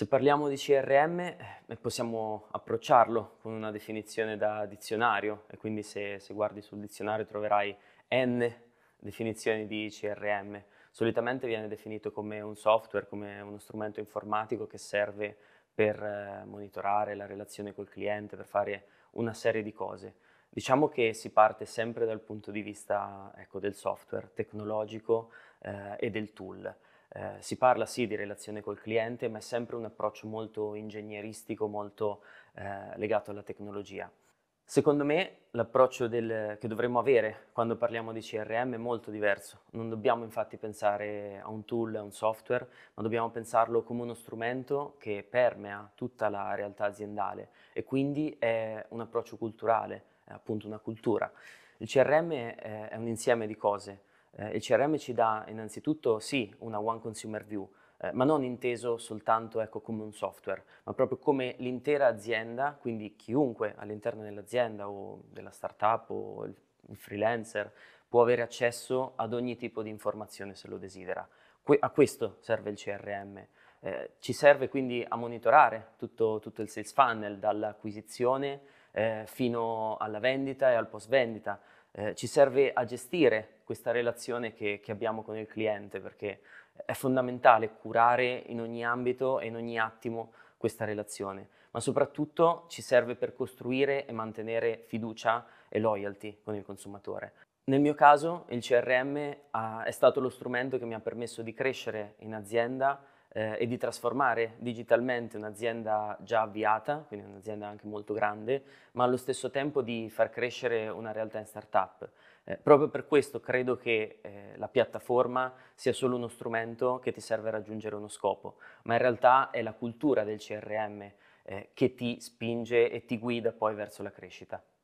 Se parliamo di CRM, possiamo approcciarlo con una definizione da dizionario e quindi se guardi sul dizionario troverai N definizioni di CRM. Solitamente viene definito come un software, come uno strumento informatico che serve per monitorare la relazione col cliente, per fare una serie di cose. Diciamo che si parte sempre dal punto di vista, ecco, del software tecnologico e del tool. Si parla sì di relazione col cliente, ma è sempre un approccio molto ingegneristico, molto legato alla tecnologia. Secondo me l'approccio che dovremmo avere quando parliamo di CRM è molto diverso. Non dobbiamo infatti pensare a un tool, a un software, ma dobbiamo pensarlo come uno strumento che permea tutta la realtà aziendale e quindi è un approccio culturale, è appunto una cultura. Il CRM è un insieme di cose. Il CRM ci dà innanzitutto sì una one consumer view, ma non inteso soltanto ecco, come un software, ma proprio come l'intera azienda, quindi chiunque all'interno dell'azienda o della startup o il freelancer può avere accesso ad ogni tipo di informazione se lo desidera. A questo serve il CRM. Ci serve quindi a monitorare tutto il sales funnel, dall'acquisizione fino alla vendita e al post vendita. Ci serve a gestire questa relazione che abbiamo con il cliente, perché è fondamentale curare in ogni ambito e in ogni attimo questa relazione, ma soprattutto ci serve per costruire e mantenere fiducia e loyalty con il consumatore. Nel mio caso il CRM è stato lo strumento che mi ha permesso di crescere in azienda e di trasformare digitalmente un'azienda già avviata, quindi un'azienda anche molto grande, ma allo stesso tempo di far crescere una realtà in startup. Proprio per questo credo che la piattaforma sia solo uno strumento che ti serve a raggiungere uno scopo, ma in realtà è la cultura del CRM che ti spinge e ti guida poi verso la crescita.